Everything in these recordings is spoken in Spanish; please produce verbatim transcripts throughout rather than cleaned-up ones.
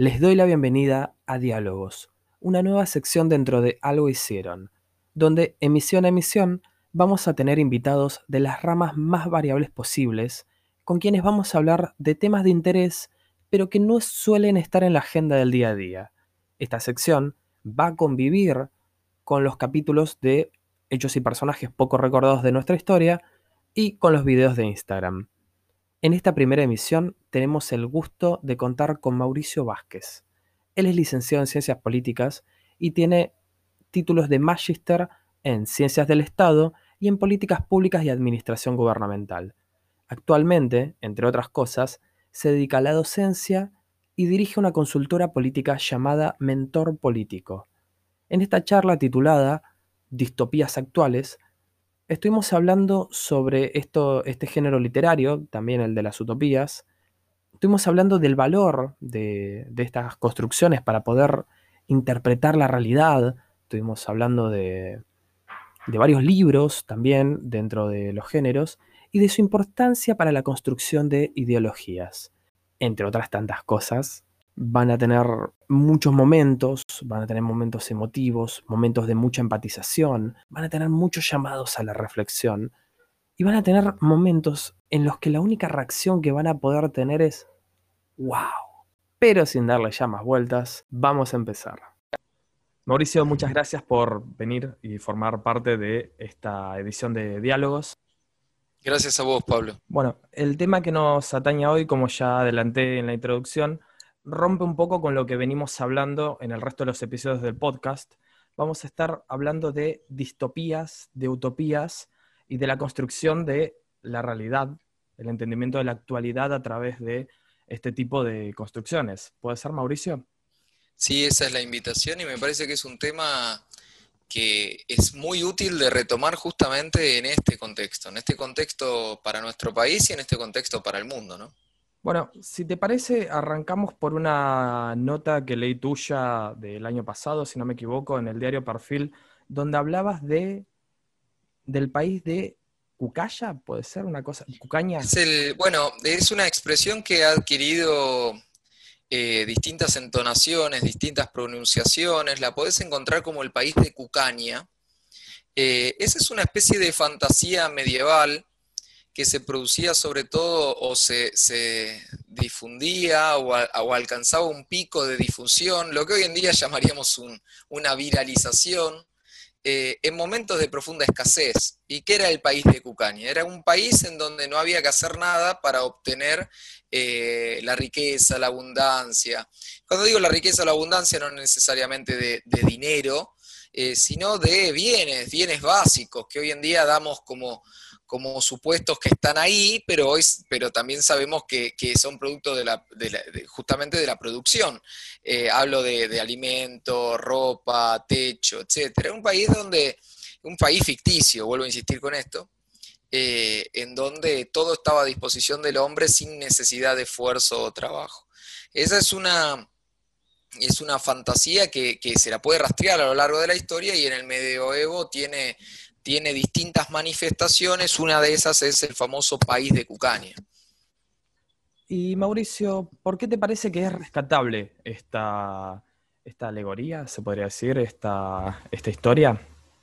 Les doy la bienvenida a Diálogos, una nueva sección dentro de Algo Hicieron, donde emisión a emisión vamos a tener invitados de las ramas más variables posibles, con quienes vamos a hablar de temas de interés, pero que no suelen estar en la agenda del día a día. Esta sección va a convivir con los capítulos de hechos y personajes poco recordados de nuestra historia y con los videos de Instagram. En esta primera emisión tenemos el gusto de contar con Mauricio Vázquez. Él es licenciado en Ciencias Políticas y tiene títulos de Magíster en Ciencias del Estado y en Políticas Públicas y Administración Gubernamental. Actualmente, entre otras cosas, se dedica a la docencia y dirige una consultora política llamada Mentor Político. En esta charla titulada Distopías Actuales, estuvimos hablando sobre esto, este género literario, también el de las utopías. Estuvimos hablando del valor de, de estas construcciones para poder interpretar la realidad. Estuvimos hablando de, de varios libros también dentro de los géneros y de su importancia para la construcción de ideologías. Entre otras tantas cosas, van a tener muchos momentos, van a tener momentos emotivos, momentos de mucha empatización, van a tener muchos llamados a la reflexión y van a tener momentos en los que la única reacción que van a poder tener es ¡wow! Pero sin darle ya más vueltas, vamos a empezar. Mauricio, muchas gracias por venir y formar parte de esta edición de Diálogos. Gracias a vos, Pablo. Bueno, el tema que nos atañe hoy, como ya adelanté en la introducción, rompe un poco con lo que venimos hablando en el resto de los episodios del podcast. Vamos a estar hablando de distopías, de utopías y de la construcción de la realidad, el entendimiento de la actualidad a través de este tipo de construcciones. ¿Puede ser, Mauricio? Sí, esa es la invitación y me parece que es un tema que es muy útil de retomar justamente en este contexto, en este contexto para nuestro país y en este contexto para el mundo, ¿no? Bueno, si te parece, arrancamos por una nota que leí tuya del año pasado, si no me equivoco, en el diario Perfil, donde hablabas de del país de Cucaya, ¿puede ser una cosa? ¿Cucaña? Es el, bueno, es una expresión que ha adquirido eh, distintas entonaciones, distintas pronunciaciones, la podés encontrar como el país de Cucaña. Eh, esa es una especie de fantasía medieval que se producía sobre todo o se, se difundía o, a, o, alcanzaba un pico de difusión, lo que hoy en día llamaríamos un, una viralización, eh, en momentos de profunda escasez. ¿Y qué era el país de Cucaña? Era un país en donde no había que hacer nada para obtener eh, la riqueza, la abundancia. Cuando digo la riqueza o la abundancia, no necesariamente de, de dinero, eh, sino de bienes, bienes básicos, que hoy en día damos como como supuestos que están ahí, pero, hoy, pero también sabemos que, que son producto de la, de la, de, justamente de la producción. Eh, hablo de, de alimentos, ropa, techo, etcétera. Un país donde, un país ficticio, vuelvo a insistir con esto, eh, en donde todo estaba a disposición del hombre sin necesidad de esfuerzo o trabajo. Esa es una, es una fantasía que, que se la puede rastrear a lo largo de la historia y en el medioevo tiene tiene distintas manifestaciones, una de esas es el famoso país de Cucaña. Y Mauricio, ¿por qué te parece que es rescatable esta, esta alegoría, se podría decir, esta, esta historia?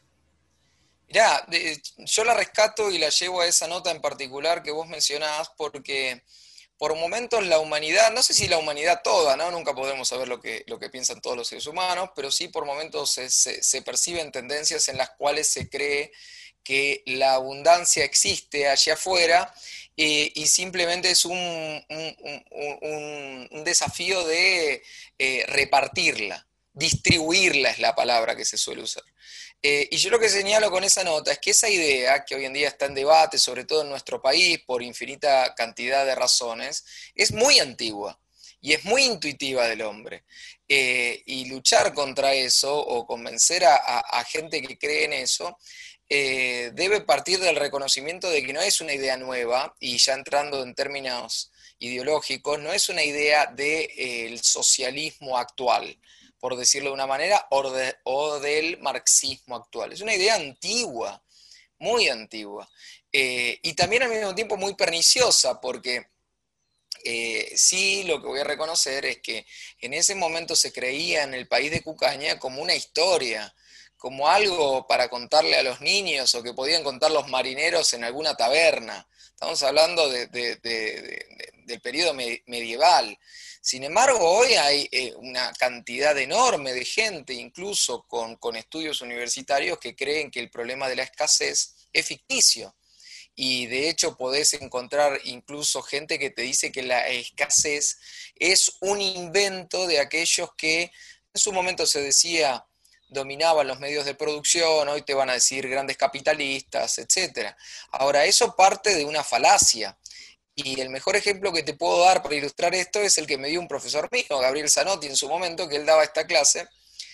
Mirá, yo la rescato y la llevo a esa nota en particular que vos mencionás porque por momentos la humanidad, no sé si la humanidad toda, ¿no? Nunca podremos saber lo que, lo que piensan todos los seres humanos, pero sí por momentos se, se, se perciben tendencias en las cuales se cree que la abundancia existe allá afuera eh, y simplemente es un, un, un, un desafío de eh, repartirla, distribuirla es la palabra que se suele usar. Eh, y yo lo que señalo con esa nota es que esa idea, que hoy en día está en debate, sobre todo en nuestro país, por infinita cantidad de razones, es muy antigua y es muy intuitiva del hombre. Eh, y luchar contra eso o convencer a, a, a gente que cree en eso, eh, debe partir del reconocimiento de que no es una idea nueva, y ya entrando en términos ideológicos, no es una idea del de, eh, socialismo actual, por decirlo de una manera, o, de, o del marxismo actual. Es una idea antigua, muy antigua, eh, y también al mismo tiempo muy perniciosa, porque Eh, sí, lo que voy a reconocer es que en ese momento se creía en el país de Cucaña como una historia, como algo para contarle a los niños o que podían contar los marineros en alguna taberna. Estamos hablando de- de- de- de- del periodo me- medieval. Sin embargo, hoy hay eh, una cantidad enorme de gente, incluso con, con estudios universitarios, que creen que el problema de la escasez es ficticio y de hecho podés encontrar incluso gente que te dice que la escasez es un invento de aquellos que en su momento se decía dominaban los medios de producción, hoy te van a decir grandes capitalistas, etcétera. Ahora, eso parte de una falacia. Y el mejor ejemplo que te puedo dar para ilustrar esto es el que me dio un profesor mío, Gabriel Zanotti, en su momento, que él daba esta clase,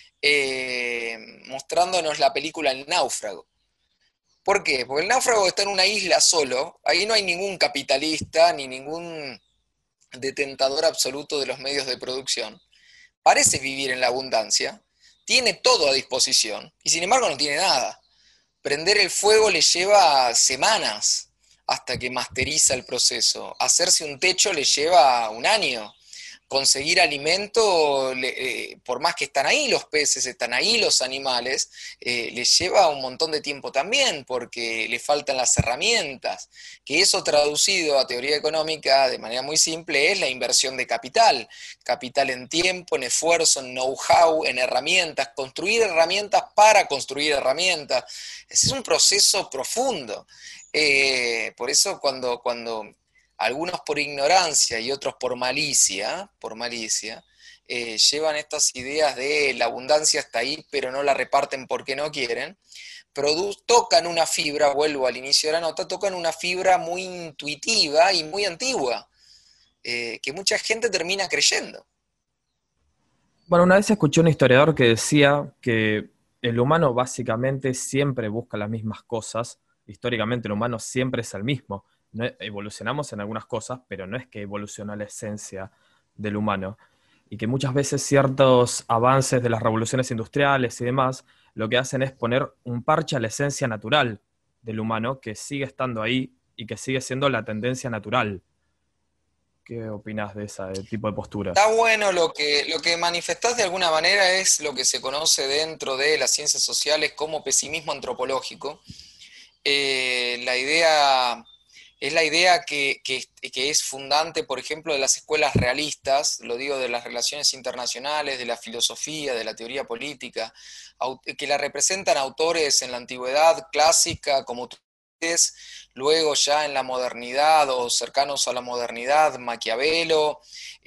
eh, mostrándonos la película El Náufrago. ¿Por qué? Porque el náufrago está en una isla solo, ahí no hay ningún capitalista ni ningún detentador absoluto de los medios de producción. Parece vivir en la abundancia, tiene todo a disposición y sin embargo no tiene nada. Prender el fuego le lleva semanas hasta que masteriza el proceso. Hacerse un techo le lleva un año. Conseguir alimento, eh, por más que están ahí los peces, están ahí los animales, eh, les lleva un montón de tiempo también, porque le faltan las herramientas, que eso traducido a teoría económica de manera muy simple es la inversión de capital, capital en tiempo, en esfuerzo, en know-how, en herramientas, construir herramientas para construir herramientas. Ese es un proceso profundo. Eh, por eso cuando, cuando algunos por ignorancia y otros por malicia, por malicia, eh, llevan estas ideas de la abundancia está ahí, pero no la reparten porque no quieren, tocan una fibra, vuelvo al inicio de la nota, tocan una fibra muy intuitiva y muy antigua, eh, que mucha gente termina creyendo. Bueno, una vez escuché un historiador que decía que el humano básicamente siempre busca las mismas cosas. Históricamente el humano siempre es el mismo. No e- evolucionamos en algunas cosas, pero no es que evoluciona la esencia del humano. Y que muchas veces ciertos avances de las revoluciones industriales y demás lo que hacen es poner un parche a la esencia natural del humano que sigue estando ahí y que sigue siendo la tendencia natural. ¿Qué opinas de ese tipo de Está posturas? bueno lo que, lo que manifestás de alguna manera es lo que se conoce dentro de las ciencias sociales como pesimismo antropológico. Eh, la idea es la idea que, que, que, es fundante, por ejemplo, de las escuelas realistas, lo digo de las relaciones internacionales, de la filosofía, de la teoría política, que la representan autores en la antigüedad clásica como Tucídides, luego ya en la modernidad o cercanos a la modernidad, Maquiavelo,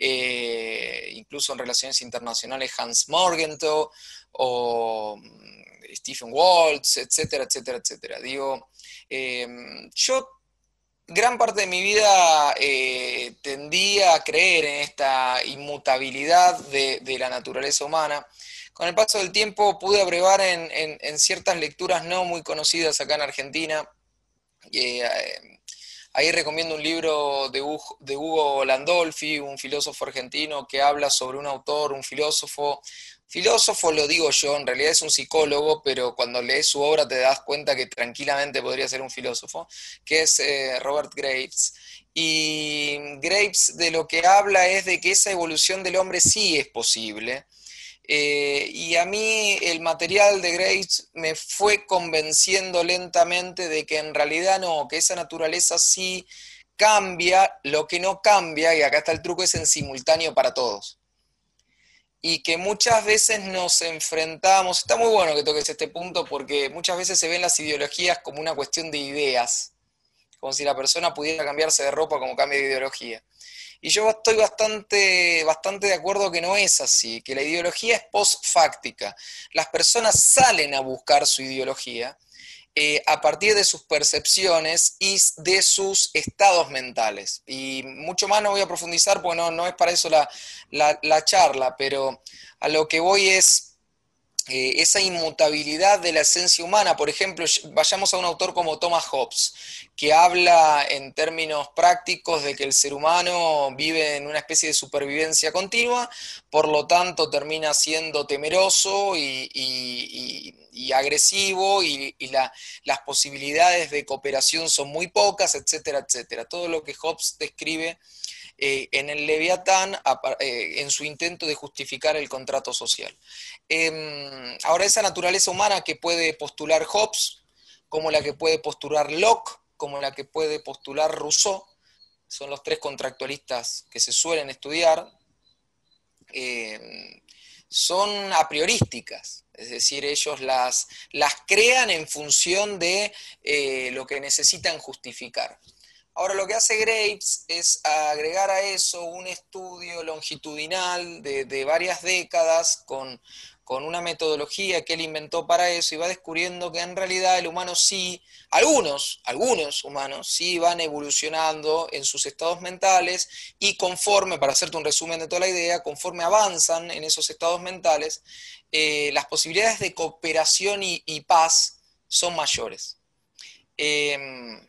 eh, incluso en relaciones internacionales Hans Morgenthau o Stephen Waltz, etcétera, etcétera, etcétera. Digo, eh, yo gran parte de mi vida eh, tendía a creer en esta inmutabilidad de, de, la naturaleza humana. Con el paso del tiempo pude abrevar en, en, en ciertas lecturas no muy conocidas acá en Argentina. Eh, ahí recomiendo un libro de Hugo, de Hugo Landolfi, un filósofo argentino que habla sobre un autor, un filósofo. Filósofo lo digo yo, en realidad es un psicólogo, pero cuando lees su obra te das cuenta que tranquilamente podría ser un filósofo, que es eh, Robert Graves. Y Graves de lo que habla es de que esa evolución del hombre sí es posible. Eh, y a mí el material de Graves me fue convenciendo lentamente de que en realidad no, que esa naturaleza sí cambia, lo que no cambia, y acá está el truco, es en simultáneo para todos. Y que muchas veces nos enfrentamos, está muy bueno que toques este punto porque muchas veces se ven las ideologías como una cuestión de ideas, como si la persona pudiera cambiarse de ropa como cambia de ideología. Y yo estoy bastante, bastante de acuerdo que no es así, que la ideología es post-fáctica. Las personas salen a buscar su ideología eh, a partir de sus percepciones y de sus estados mentales. Y mucho más no voy a profundizar porque no, no es para eso la, la, la charla, pero a lo que voy es eh, esa inmutabilidad de la esencia humana. Por ejemplo, vayamos a un autor como Thomas Hobbes, que habla en términos prácticos de que el ser humano vive en una especie de supervivencia continua, por lo tanto termina siendo temeroso y, y, y, y agresivo y, y la, las posibilidades de cooperación son muy pocas, etcétera, etcétera. Todo lo que Hobbes describe eh, en el Leviatán eh, en su intento de justificar el contrato social. Eh, ahora, esa naturaleza humana que puede postular Hobbes, como la que puede postular Locke, como la que puede postular Rousseau, son los tres contractualistas que se suelen estudiar, eh, son a priorísticas, es decir, ellos las, las crean en función de eh, lo que necesitan justificar. Ahora, lo que hace Graves es agregar a eso un estudio longitudinal de, de varias décadas con, con una metodología que él inventó para eso, y va descubriendo que en realidad el humano sí, algunos, algunos humanos sí van evolucionando en sus estados mentales, y conforme, para hacerte un resumen de toda la idea, conforme avanzan en esos estados mentales, eh, las posibilidades de cooperación y, y paz son mayores. Eh,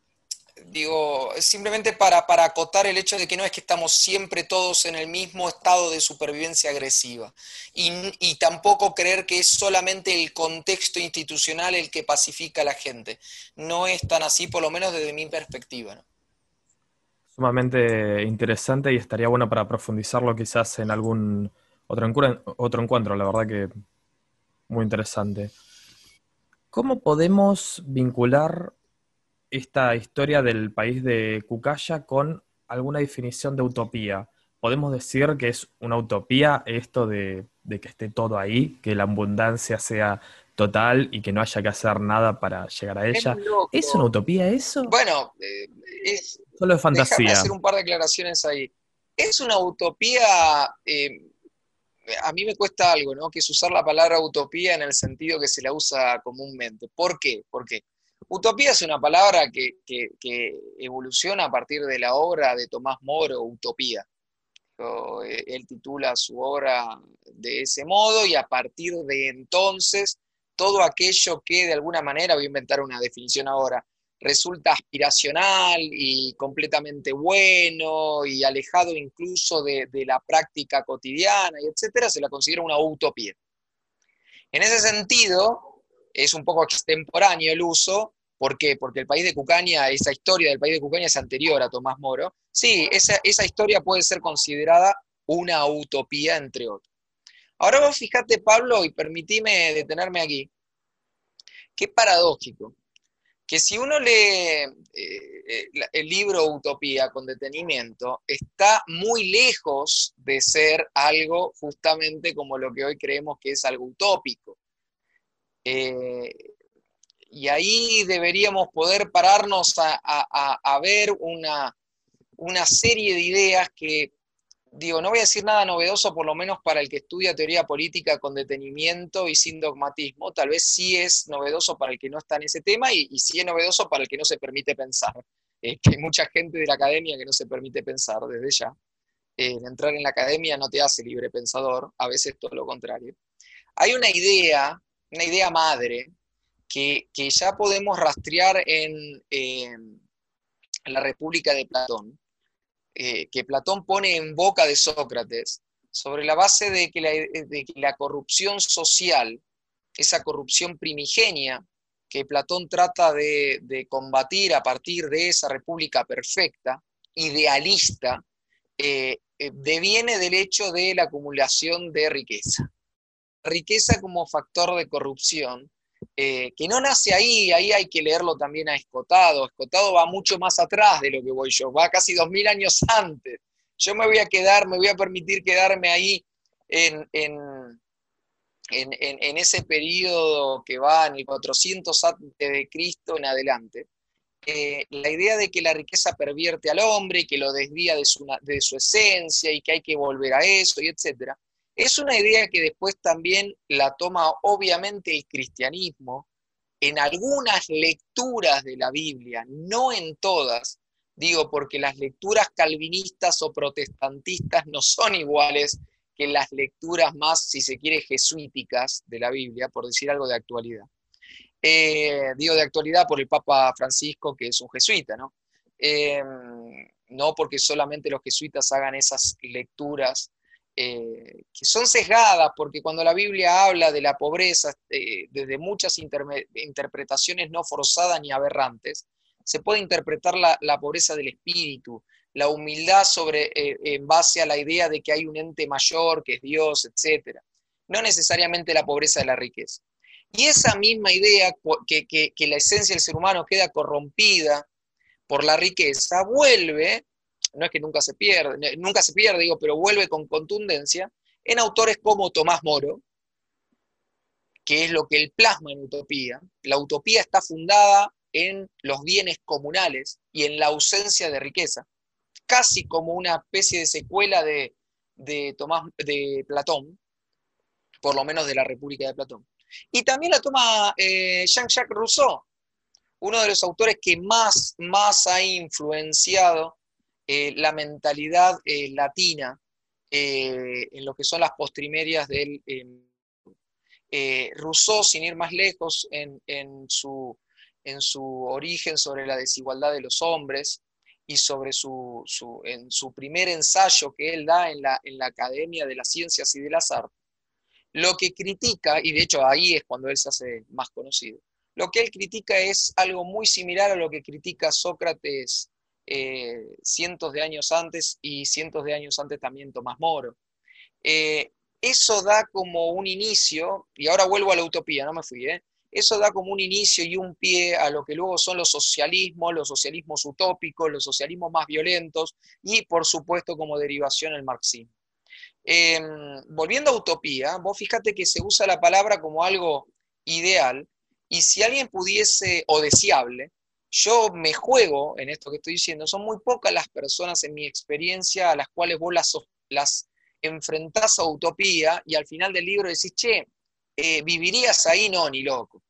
Digo, es simplemente para, para acotar el hecho de que no es que estamos siempre todos en el mismo estado de supervivencia agresiva, y, y tampoco creer que es solamente el contexto institucional el que pacifica a la gente. No es tan así, por lo menos desde mi perspectiva, ¿no? Sumamente interesante y estaría bueno para profundizarlo quizás en algún otro encuentro, otro encuentro, la verdad que muy interesante. ¿Cómo podemos vincular esta historia del país de Cucaya con alguna definición de utopía? ¿Podemos decir que es una utopía esto de, de que esté todo ahí, que la abundancia sea total y que no haya que hacer nada para llegar a Es ella? muy ¿Es una loco. utopía eso? Bueno, eh, es, Solo es déjame fantasía. hacer un par de aclaraciones ahí. Es una utopía, eh, a mí me cuesta algo, ¿no? Que es usar la palabra utopía en el sentido que se la usa comúnmente. ¿Por qué? Porque utopía es una palabra que, que, que evoluciona a partir de la obra de Tomás Moro, Utopía. O, eh, él titula su obra de ese modo, y a partir de entonces todo aquello que de alguna manera, voy a inventar una definición ahora, resulta aspiracional y completamente bueno y alejado incluso de, de la práctica cotidiana, y etcétera, se la considera una utopía. En ese sentido, es un poco extemporáneo el uso. ¿Por qué? Porque el país de Cucaña, esa historia del país de Cucaña es anterior a Tomás Moro. Sí, esa, esa historia puede ser considerada una utopía, entre otros. Ahora vos fijate, Pablo, y permitime detenerme aquí, qué paradójico, que si uno lee eh, eh, el libro Utopía con detenimiento, está muy lejos de ser algo justamente como lo que hoy creemos que es algo utópico. Eh, y ahí deberíamos poder pararnos a, a, a ver una, una serie de ideas que, digo, no voy a decir nada novedoso, por lo menos para el que estudia teoría política con detenimiento y sin dogmatismo. Tal vez sí es novedoso para el que no está en ese tema, y, y sí es novedoso para el que no se permite pensar. Eh, que hay mucha gente de la academia que no se permite pensar desde ya. Eh, entrar en la academia no te hace libre pensador, a veces todo lo contrario. Hay una idea, una idea madre, que, que ya podemos rastrear en, eh, en la República de Platón, eh, que Platón pone en boca de Sócrates, sobre la base de que la, de que la corrupción social, esa corrupción primigenia que Platón trata de, de combatir a partir de esa república perfecta, idealista, eh, eh, deviene del hecho de la acumulación de riqueza. Riqueza como factor de corrupción, eh, que no nace ahí, ahí hay que leerlo también a Escotado. Escotado va mucho más atrás de lo que voy yo, va casi dos mil años antes. Yo me voy a quedar, me voy a permitir quedarme ahí en, en, en, en, en ese periodo que va en el cuatrocientos antes de Cristo en adelante. Eh, la idea de que la riqueza pervierte al hombre y que lo desvía de su, de su esencia y que hay que volver a eso, y etcétera, es una idea que después también la toma obviamente el cristianismo en algunas lecturas de la Biblia, no en todas, digo, porque las lecturas calvinistas o protestantistas no son iguales que las lecturas más, si se quiere, jesuíticas de la Biblia, por decir algo de actualidad. Eh, digo de actualidad por el Papa Francisco, que es un jesuita, ¿no? Eh, no porque solamente los jesuitas hagan esas lecturas eh, que son sesgadas, porque cuando la Biblia habla de la pobreza, eh, desde muchas interpretaciones no forzadas ni aberrantes, se puede interpretar la, la pobreza del espíritu, la humildad sobre, eh, en base a la idea de que hay un ente mayor, que es Dios, etcétera. No necesariamente la pobreza de la riqueza. Y esa misma idea, que, que, que la esencia del ser humano queda corrompida por la riqueza, vuelve, no es que nunca se pierde, nunca se pierde, digo, pero vuelve con contundencia en autores como Tomás Moro, que es lo que él plasma en Utopía. La utopía está fundada en los bienes comunales y en la ausencia de riqueza, casi como una especie de secuela de, de, Tomás, de Platón, por lo menos de la República de Platón. Y también la toma eh, Jean-Jacques Rousseau, uno de los autores que más, más ha influenciado eh, la mentalidad eh, latina eh, en lo que son las postrimerias del... Eh, eh, Rousseau, sin ir más lejos, en, en, su, en su origen sobre la desigualdad de los hombres y sobre su, su, en su primer ensayo que él da en la, en la Academia de las Ciencias y de las Artes, lo que critica, y de hecho ahí es cuando él se hace más conocido, lo que él critica es algo muy similar a lo que critica Sócrates eh, cientos de años antes y cientos de años antes también Tomás Moro. Eh, eso da como un inicio, y ahora vuelvo a la utopía, no me fui, ¿eh? Eso da como un inicio y un pie a lo que luego son los socialismos, los socialismos utópicos, los socialismos más violentos, y por supuesto como derivación el marxismo. Eh, volviendo a utopía, vos fíjate que se usa la palabra como algo ideal, y si alguien pudiese, o deseable, yo me juego en esto que estoy diciendo, son muy pocas las personas en mi experiencia a las cuales vos las, las enfrentás a utopía y al final del libro decís, che, eh, ¿vivirías ahí? No, ni loco.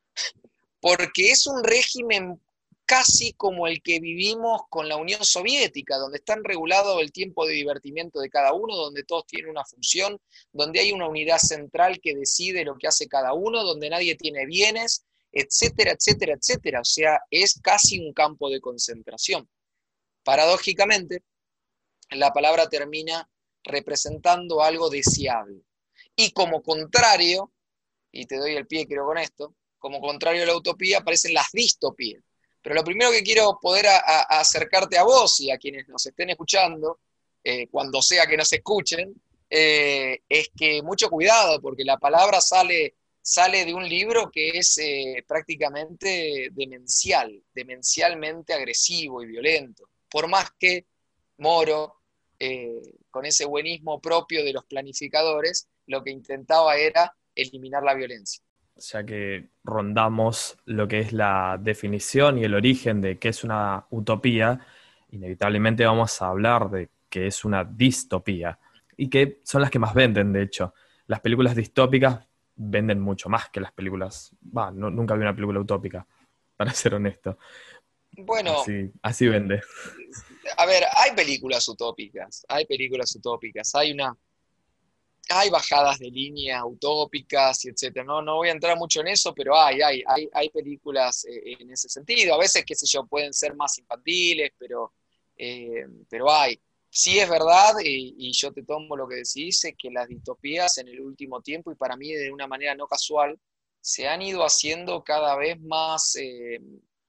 Porque es un régimen casi como el que vivimos con la Unión Soviética, donde está regulado el tiempo de divertimiento de cada uno, donde todos tienen una función, donde hay una unidad central que decide lo que hace cada uno, donde nadie tiene bienes, etcétera, etcétera, etcétera. O sea, es casi un campo de concentración. Paradójicamente, la palabra termina representando algo deseable. Y como contrario, y te doy el pie creo con esto, como contrario a la utopía aparecen las distopías. Pero lo primero que quiero poder a, a acercarte a vos y a quienes nos estén escuchando, eh, cuando sea que nos escuchen, eh, es que mucho cuidado, porque la palabra sale, sale de un libro que es eh, prácticamente demencial, demencialmente agresivo y violento. Por más que Moro, eh, con ese buenismo propio de los planificadores, lo que intentaba era eliminar la violencia. Ya que rondamos lo que es la definición y el origen de qué es una utopía, inevitablemente vamos a hablar de qué es una distopía, y que son las que más venden, de hecho. Las películas distópicas venden mucho más que las películas... Bah, no, nunca vi una película utópica, para ser honesto. Bueno, Así, así vende. a ver, hay películas utópicas, hay películas utópicas, hay una, hay bajadas de línea utópicas y etcétera. No, no voy a entrar mucho en eso, pero hay, hay, hay, hay películas eh, en ese sentido. A veces, qué sé yo, pueden ser más infantiles, pero, eh, pero hay. Sí es verdad, y, y yo te tomo lo que decís, es que las distopías en el último tiempo, y para mí de una manera no casual, se han ido haciendo cada vez más, eh,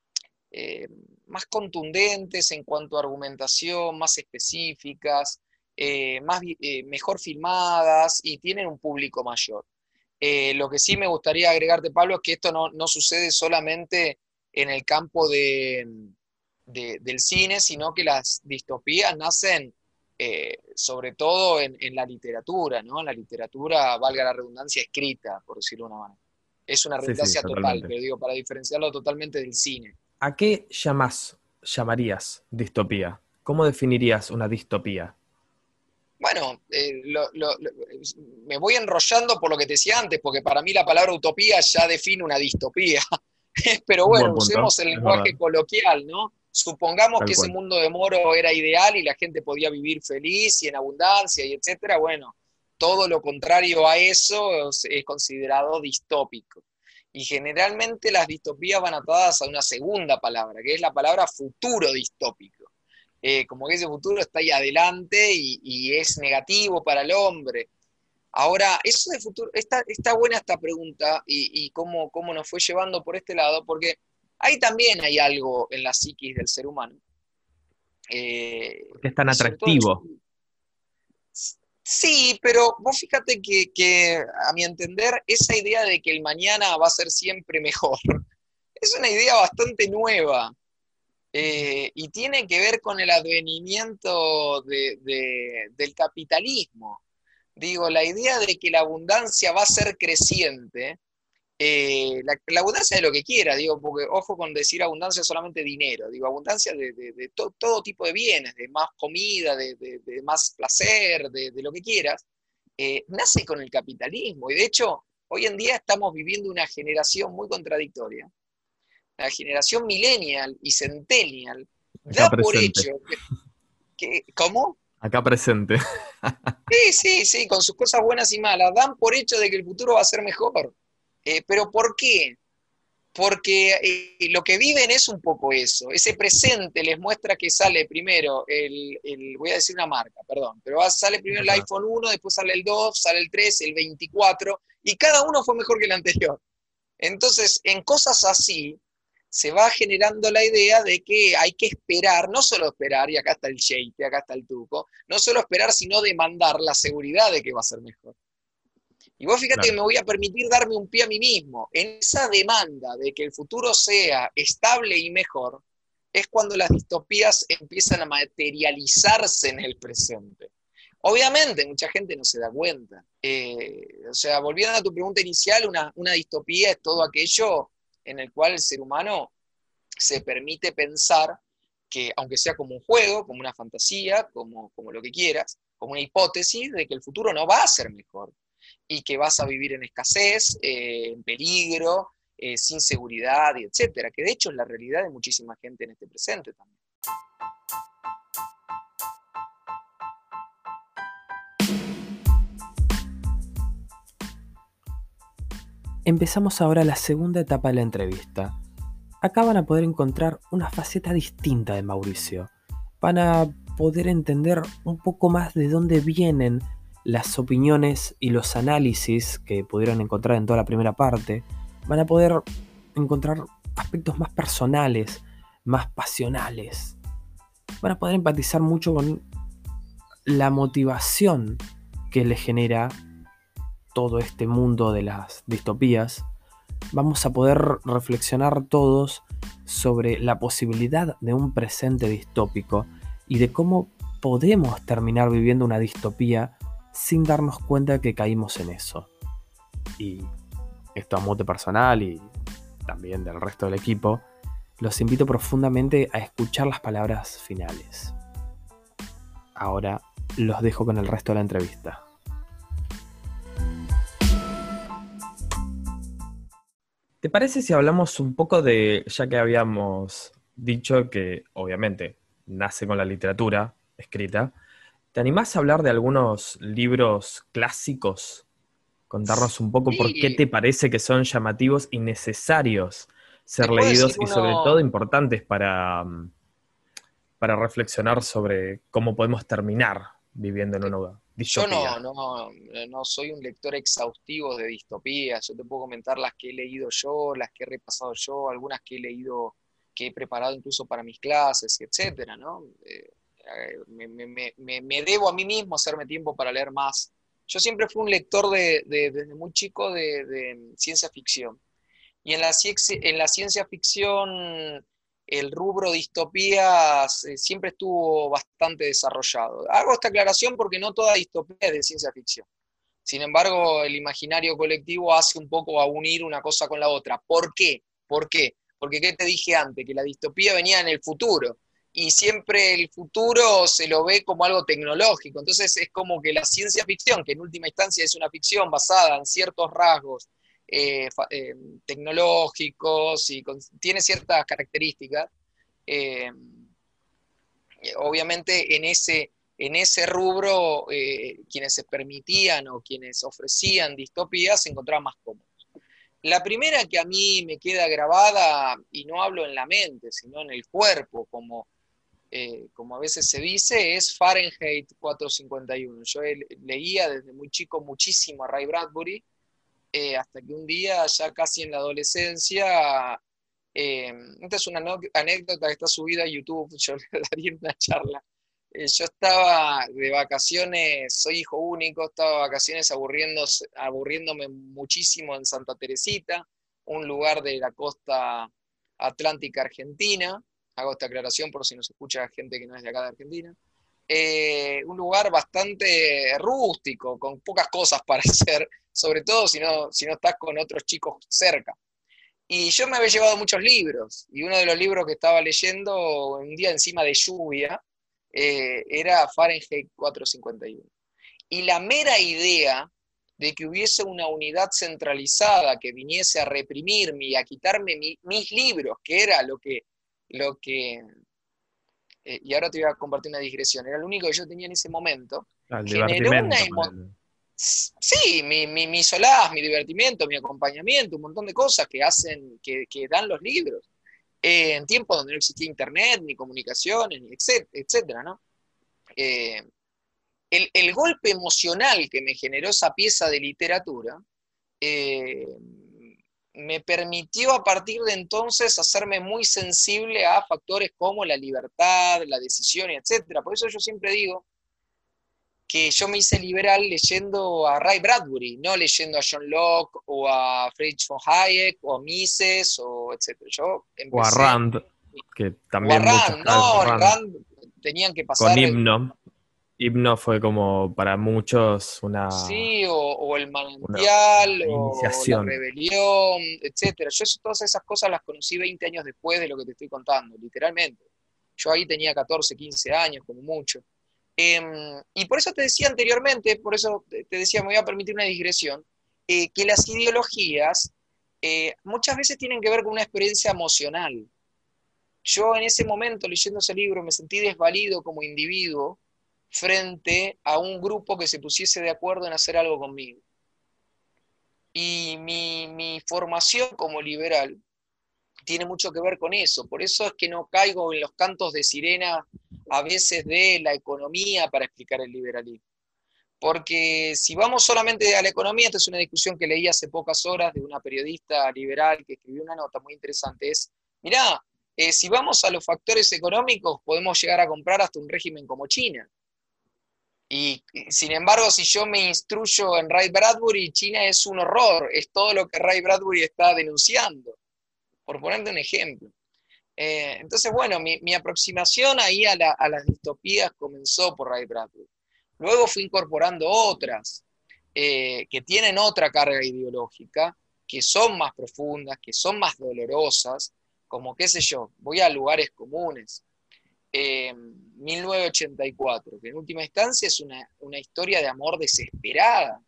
eh, más contundentes en cuanto a argumentación, más específicas, eh, más, eh, mejor filmadas y tienen un público mayor. Eh, lo que sí me gustaría agregarte, Pablo, es que esto no, no sucede solamente en el campo de, de, del cine, sino que las distopías nacen eh, sobre todo en, en, la literatura, ¿no? En la literatura, valga la redundancia, escrita, por decirlo de una manera. Es una Sí, sí, redundancia total, totalmente. pero digo, para diferenciarlo totalmente del cine. ¿A qué llamas, llamarías distopía? ¿Cómo definirías una distopía? Bueno, eh, lo, lo, lo, me voy enrollando por lo que te decía antes, porque para mí la palabra utopía ya define una distopía. Pero Un bueno, buen punto, usemos el es verdad, lenguaje coloquial, ¿no? Supongamos tal que ese cual. mundo de Moro era ideal y la gente podía vivir feliz y en abundancia y etcétera. Bueno, todo lo contrario a eso es, es considerado distópico. Y generalmente las distopías van atadas a una segunda palabra, que es la palabra futuro distópico. Eh, como que ese futuro está ahí adelante y, y es negativo para el hombre. Ahora, eso de futuro, está, está buena esta pregunta y, y cómo, cómo nos fue llevando por este lado, porque ahí también hay algo en la psiquis del ser humano Eh, Porque es tan y sobre todo, atractivo. sí, pero vos fíjate que, que, a mi entender, esa idea de que el mañana va a ser siempre mejor, es una idea bastante nueva. Eh, y tiene que ver con el advenimiento de, de, del capitalismo. Digo, la idea de que la abundancia va a ser creciente, eh, la, la, abundancia de lo que quiera, digo, porque ojo con decir abundancia solamente dinero, digo, abundancia de, de, de to, todo tipo de bienes, de más comida, de, de, de más placer, de, de, lo que quieras, eh, nace con el capitalismo. Y de hecho, hoy en día estamos viviendo una generación muy contradictoria. La generación millennial y centennial Acá da por presente. hecho que, que ¿cómo? Acá presente. Sí, sí, sí, con sus cosas buenas y malas, dan por hecho de que el futuro va a ser mejor. Eh, pero ¿por qué? Porque eh, lo que viven es un poco eso. Ese presente les muestra que sale primero el, el voy a decir una marca, perdón, pero va, sale primero el iPhone uno, después sale el dos, sale el tres, el veinticuatro, y cada uno fue mejor que el anterior. Entonces, en cosas así, se va generando la idea de que hay que esperar, no solo esperar, y acá está el shake, acá está el truco, no solo esperar, sino demandar la seguridad de que va a ser mejor. Y vos fíjate que Claro. me voy a permitir darme un pie a mí mismo. En esa demanda de que el futuro sea estable y mejor, es cuando las distopías empiezan a materializarse en el presente. Obviamente, mucha gente no se da cuenta. Eh, o sea, volviendo a tu pregunta inicial, una, una distopía es todo aquello en el cual el ser humano se permite pensar que, aunque sea como un juego, como una fantasía, como, como lo que quieras, como una hipótesis de que el futuro no va a ser mejor y que vas a vivir en escasez, eh, en peligro, eh, sin seguridad, y etcétera, que de hecho es la realidad de muchísima gente en este presente también. Empezamos ahora la segunda etapa de la entrevista. Acá van a poder encontrar una faceta distinta de Mauricio. Van a poder entender un poco más de dónde vienen las opiniones y los análisis que pudieron encontrar en toda la primera parte. Van a poder encontrar aspectos más personales, más pasionales. Van a poder empatizar mucho con la motivación que le genera todo este mundo de las distopías. Vamos a poder reflexionar todos sobre la posibilidad de un presente distópico y de cómo podemos terminar viviendo una distopía sin darnos cuenta que caímos en eso. Y esto a mote personal y también del resto del equipo, los invito profundamente a escuchar las palabras finales. Ahora los dejo con el resto de la entrevista. ¿Te parece si hablamos un poco de, ya que habíamos dicho que obviamente nace con la literatura escrita, ¿te animás a hablar de algunos libros clásicos? Contarnos un poco por qué Sí, te parece que son llamativos y necesarios te ser puedo decir leídos y sobre todo uno, importantes para, mm, para reflexionar sobre cómo podemos terminar viviendo en te- una yo no, distopía. no, no soy un lector exhaustivo de distopías, yo te puedo comentar las que he leído yo, las que he repasado yo, algunas que he leído, que he preparado incluso para mis clases, etcétera, ¿no? Eh, eh, me, me- me- me- me debo a mí mismo hacerme tiempo para leer más. Yo siempre fui un lector de, de- desde muy chico de, de ciencia ficción. Y en la, en la ciencia ficción el rubro distopías eh, siempre estuvo bastante desarrollado. Hago esta aclaración porque no toda distopía es de ciencia ficción. Sin embargo, el imaginario colectivo hace un poco a unir una cosa con la otra. ¿Por qué? ¿Por qué? Porque, ¿qué te dije antes? Que la distopía venía en el futuro. Y siempre el futuro se lo ve como algo tecnológico. Entonces es como que la ciencia ficción, que en última instancia es una ficción basada en ciertos rasgos eh, eh, tecnológicos y con, tiene ciertas características, eh, obviamente en ese, en ese rubro eh, quienes se permitían o quienes ofrecían distopías se encontraban más cómodos. La primera que a mí me queda grabada, y no hablo en la mente, sino en el cuerpo, como, eh, como a veces se dice, es Fahrenheit cuatrocientos cincuenta y uno. Yo leía desde muy chico muchísimo a Ray Bradbury, eh, hasta que un día, ya casi en la adolescencia, Eh, esta es una no- anécdota que está subida a YouTube, yo le daría una charla. Eh, yo estaba de vacaciones, soy hijo único, estaba de vacaciones aburriéndose- aburriéndome muchísimo en Santa Teresita, un lugar de la costa atlántica argentina. Hago esta aclaración por si nos escucha gente que no es de acá de Argentina. Eh, un lugar bastante rústico, con pocas cosas para hacer, sobre todo si no, si no estás con otros chicos cerca. Y yo me había llevado muchos libros, y uno de los libros que estaba leyendo un día encima de lluvia eh, era Fahrenheit cuatrocientos cincuenta y uno. Y la mera idea de que hubiese una unidad centralizada que viniese a reprimirme y a quitarme mi, mis libros, que era lo que, lo que eh, y ahora te voy a compartir una digresión, era lo único que yo tenía en ese momento, Al generó una divertimento, emoción. ponele. Sí, mi, mi, mi solaz, mi divertimento, mi acompañamiento, un montón de cosas que hacen, que, que dan los libros, eh, en tiempos donde no existía internet, ni comunicaciones, ni etcétera, etcétera, ¿no? Eh, el, el, golpe emocional que me generó esa pieza de literatura eh, me permitió a partir de entonces hacerme muy sensible a factores como la libertad, la decisión, etcétera. Por eso yo siempre digo que yo me hice liberal leyendo a Ray Bradbury, no leyendo a John Locke o a Friedrich von Hayek o a Mises o etcétera. Yo O a empecé, Rand, que o a también muchos Rand, caen no, por Rand. Rand tenían que Con pasar, Himno. Himno fue como para muchos una, sí, o, o el una, manantial, una o la iniciación. rebelión, etcétera. Yo eso- todas esas cosas las conocí veinte años después de lo que te estoy contando, literalmente. Yo ahí tenía catorce, quince años, como mucho. Eh, y por eso te decía anteriormente, por eso te te decía, me voy a permitir una digresión, eh, que las ideologías eh, muchas veces tienen que ver con una experiencia emocional. Yo en ese momento, leyendo ese libro, me sentí desvalido como individuo frente a un grupo que se pusiese de acuerdo en hacer algo conmigo. Y mi, mi formación como liberal tiene mucho que ver con eso. Por eso es que no caigo en los cantos de sirena a veces de la economía para explicar el liberalismo. Porque si vamos solamente a la economía, esta es una discusión que leí hace pocas horas de una periodista liberal que escribió una nota muy interesante, es, mirá, eh, si vamos a los factores económicos, podemos llegar a comprar hasta un régimen como China. Y, y sin embargo, si yo me instruyo en Ray Bradbury, China es un horror, es todo lo que Ray Bradbury está denunciando, por ponerte un ejemplo. Eh, entonces, bueno, mi, mi aproximación ahí a, la, a, las distopías comenzó por Ray Bradbury. Luego fui incorporando otras eh, que tienen otra carga ideológica, que son más profundas, que son más dolorosas, como qué sé yo, voy a lugares comunes. Eh, mil novecientos ochenta y cuatro, que en última instancia es una, una historia de amor desesperada,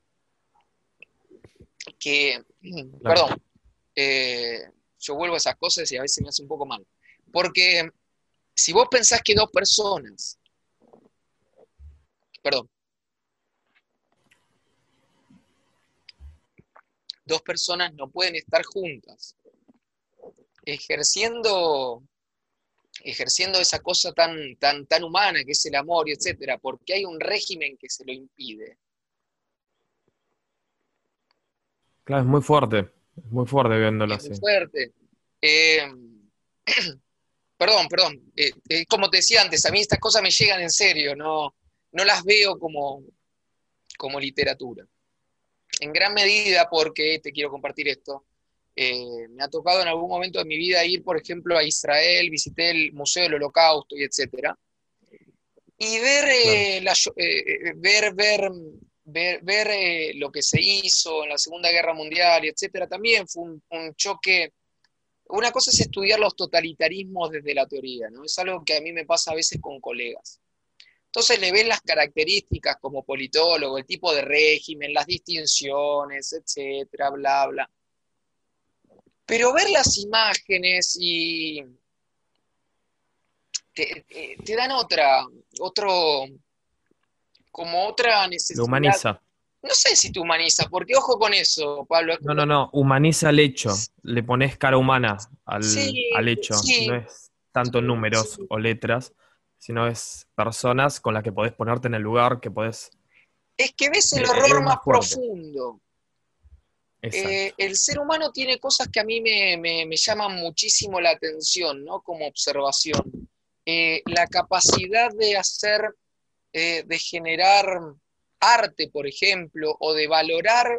que, Claro. perdón, eh, yo vuelvo a esas cosas y a veces me hace un poco mal, porque si vos pensás que dos personas, perdón, dos personas no pueden estar juntas, ejerciendo, ejerciendo esa cosa tan, tan, tan humana que es el amor y etcétera, porque hay un régimen que se lo impide. Claro, es muy fuerte. Es muy fuerte viéndolo Es muy así. fuerte. Eh, perdón, perdón. Eh, eh, como te decía antes, a mí estas cosas me llegan en serio, no, no las veo como, como literatura. En gran medida porque, te quiero compartir esto, eh, me ha tocado en algún momento de mi vida ir, por ejemplo, a Israel, visité el Museo del Holocausto y etcétera, y ver, Claro. eh, la, eh, ver, ver, ver, ver eh, lo que se hizo en la Segunda Guerra Mundial y etcétera, también fue un, un choque. Una cosa es estudiar los totalitarismos desde la teoría, ¿no? Es algo que a mí me pasa a veces con colegas. Entonces le ven las características como politólogo, el tipo de régimen, las distinciones, etcétera, bla, bla. Pero ver las imágenes y te, te, te dan otra, otro, como otra Lo necesidad. humaniza. No sé si te humaniza, porque ojo con eso, Pablo, es No, como, no, no. Humaniza el hecho. Le pones cara humana al, sí, al hecho. No sí, es tanto sí, números sí. o letras, sino es personas con las que podés ponerte en el lugar, que podés. Es que ves el e- e- Es horror más más fuerte. profundo. Eh, Exacto. el ser humano tiene cosas que a mí me, me- me llaman muchísimo la atención, ¿no? Como observación. Eh, la capacidad de hacer, eh, de generar arte, por ejemplo, o de valorar,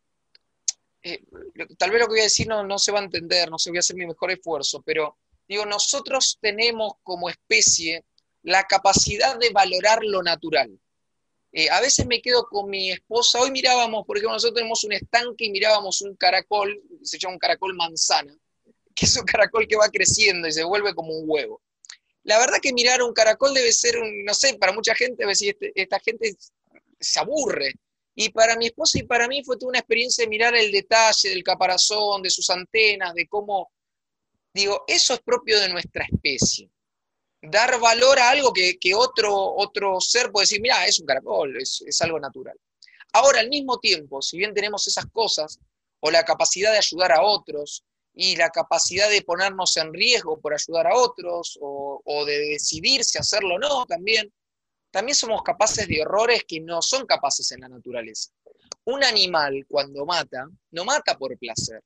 eh, tal vez lo que voy a decir no, no se va a entender, no sé, voy a hacer mi mejor esfuerzo, pero digo, nosotros tenemos como especie la capacidad de valorar lo natural. Eh, a veces me quedo con mi esposa, hoy mirábamos, por ejemplo, nosotros tenemos un estanque y mirábamos un caracol, se llama un caracol manzana, que es un caracol que va creciendo y se vuelve como un huevo. La verdad que mirar un caracol debe ser, un, no sé, para mucha gente, debe decir, este, esta gente se aburre. Y para mi esposa y para mí fue toda una experiencia de mirar el detalle del caparazón, de sus antenas, de cómo, digo, eso es propio de nuestra especie. Dar valor a algo que, que otro, otro ser puede decir, mira, es un caracol, es, es algo natural. Ahora, al mismo tiempo, si bien tenemos esas cosas, o la capacidad de ayudar a otros, y la capacidad de ponernos en riesgo por ayudar a otros, o, o de decidir si hacerlo o no, también, también somos capaces de errores que no son capaces en la naturaleza. Un animal, cuando mata, no mata por placer.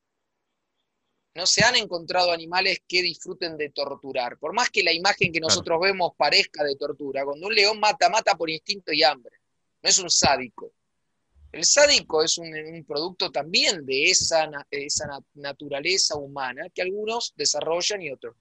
No se han encontrado animales que disfruten de torturar. Por más que la imagen que Claro. nosotros vemos parezca de tortura, cuando un león mata, mata por instinto y hambre. No es un sádico. El sádico es un, un producto también de esa, esa naturaleza humana que algunos desarrollan y otros.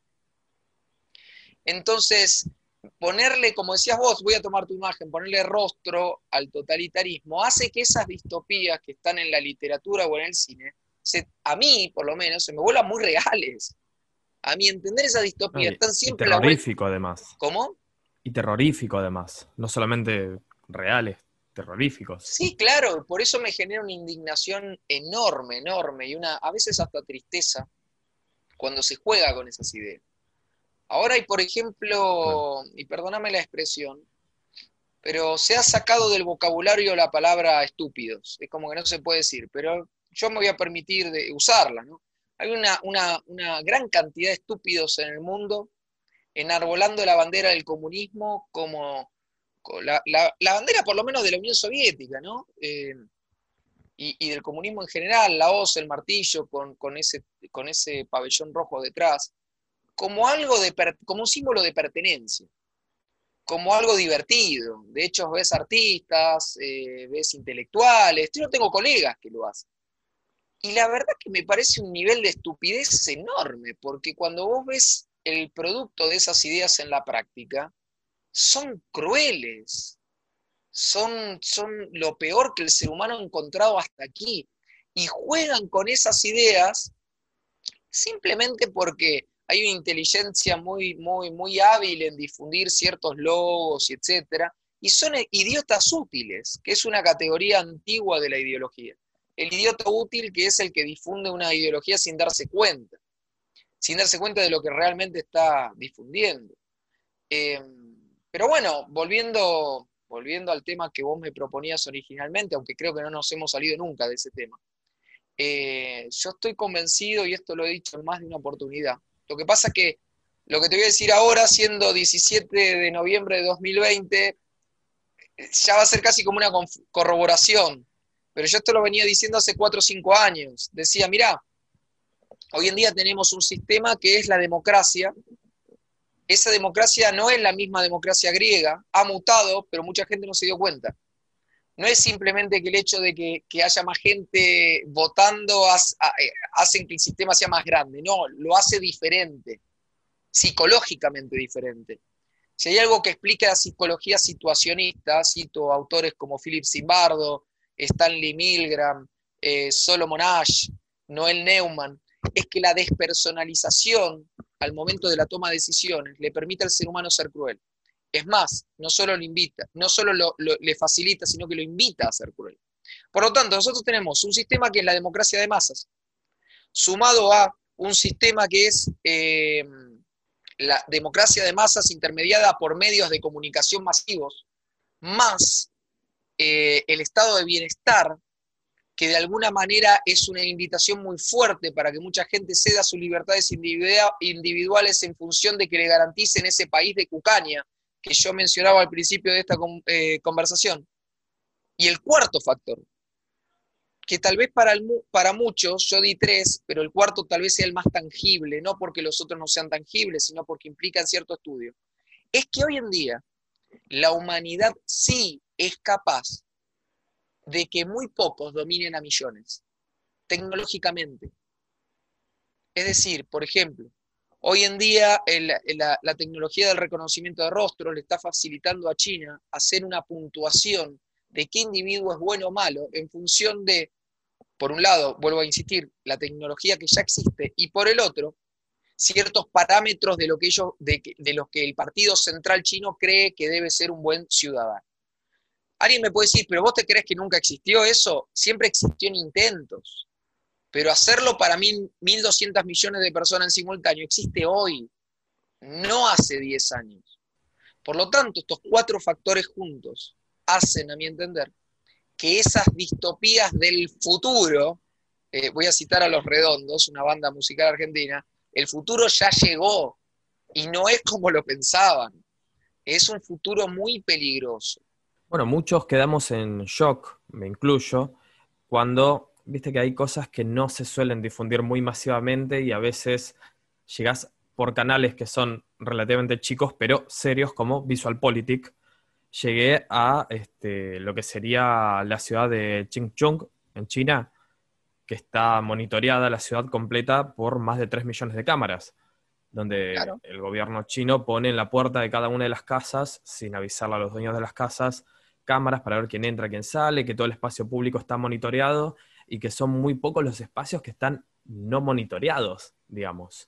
Entonces, ponerle, como decías vos, voy a tomar tu imagen, ponerle rostro al totalitarismo, hace que esas distopías que están en la literatura o en el cine, se, a mí, por lo menos, se me vuelvan muy reales. A mi entender, esas No, distopías y, están y siempre a la vuelta. terrorífico además. ¿Cómo? Y terrorífico además. No solamente reales, terroríficos. Sí, claro, por eso me genera una indignación enorme, enorme, y una, a veces hasta tristeza cuando se juega con esas ideas. Ahora hay, por Claro. ejemplo, y perdóname la expresión, pero se ha sacado del vocabulario la palabra estúpidos. Es como que no se puede decir, pero yo me voy a permitir de usarla, ¿no? Hay una, una, una gran cantidad de estúpidos en el mundo enarbolando la bandera del comunismo como la, la, la bandera por lo menos de la Unión Soviética, ¿no? Eh, y, y, del comunismo en general, la hoz, el martillo, con, con, ese, con ese pabellón rojo detrás, como algo de, como un símbolo de pertenencia, como algo divertido. De hecho, ves artistas, eh, ves intelectuales, yo tengo colegas que lo hacen. Y la verdad que me parece un nivel de estupidez enorme, porque cuando vos ves el producto de esas ideas en la práctica, son crueles, son, son lo peor que el ser humano ha encontrado hasta aquí. Y juegan con esas ideas simplemente porque hay una inteligencia muy, muy, muy hábil en difundir ciertos logos y etcétera, y son idiotas útiles, que es una categoría antigua de la ideología. El idiota útil, que es el que difunde una ideología sin darse cuenta, sin darse cuenta de lo que realmente está difundiendo. Eh, pero bueno, volviendo, volviendo al tema que vos me proponías originalmente, aunque creo que no nos hemos salido nunca de ese tema. Eh, yo estoy convencido, y esto lo he dicho en más de una oportunidad, lo que pasa es que lo que te voy a decir ahora, siendo diecisiete de noviembre de dos mil veinte, ya va a ser casi como una corroboración, pero yo esto lo venía diciendo hace cuatro o cinco años. Decía, mirá, hoy en día tenemos un sistema que es la democracia. Esa democracia no es la misma democracia griega, ha mutado, pero mucha gente no se dio cuenta. No es simplemente que el hecho de que, que haya más gente votando hace, hace que el sistema sea más grande, no, lo hace diferente, psicológicamente diferente. Si hay algo que explica la psicología situacionista, cito autores como Philip Zimbardo, Stanley Milgram, eh, Solomon Asch, Noel Neumann, es que la despersonalización al momento de la toma de decisiones le permite al ser humano ser cruel. Es más, no solo lo invita, no solo lo, lo, le facilita, sino que lo invita a ser cruel. Por lo tanto, nosotros tenemos un sistema que es la democracia de masas, sumado a un sistema que es eh, la democracia de masas intermediada por medios de comunicación masivos, más eh, el estado de bienestar, que de alguna manera es una invitación muy fuerte para que mucha gente ceda sus libertades individuales en función de que le garanticen ese país de cucaña que yo mencionaba al principio de esta eh, conversación. Y el cuarto factor, que tal vez para, el, para muchos, yo di tres, pero el cuarto tal vez sea el más tangible, no porque los otros no sean tangibles, sino porque implican cierto estudio, es que hoy en día la humanidad sí es capaz de que muy pocos dominen a millones, tecnológicamente. Es decir, por ejemplo, hoy en día el, la, la tecnología del reconocimiento de rostro le está facilitando a China hacer una puntuación de qué individuo es bueno o malo en función de, por un lado, vuelvo a insistir, la tecnología que ya existe, y por el otro, ciertos parámetros de, lo que ellos, de, de los que el Partido Central chino cree que debe ser un buen ciudadano. Alguien me puede decir, pero vos te crees que nunca existió eso, siempre existió en intentos, pero hacerlo para mil, mil doscientos millones de personas en simultáneo existe hoy, no hace diez años. Por lo tanto, estos cuatro factores juntos hacen, a mi entender, que esas distopías del futuro, eh, voy a citar a Los Redondos, una banda musical argentina, el futuro ya llegó y no es como lo pensaban, es un futuro muy peligroso. Bueno, muchos quedamos en shock, me incluyo, cuando viste que hay cosas que no se suelen difundir muy masivamente y a veces llegás por canales que son relativamente chicos, pero serios como VisualPolitik. Llegué a este, lo que sería la ciudad de Chingchun, en China, que está monitoreada la ciudad completa por más de tres millones de cámaras, donde Claro. el gobierno chino pone en la puerta de cada una de las casas, sin avisarle a los dueños de las casas, cámaras para ver quién entra, quién sale, que todo el espacio público está monitoreado y que son muy pocos los espacios que están no monitoreados, digamos.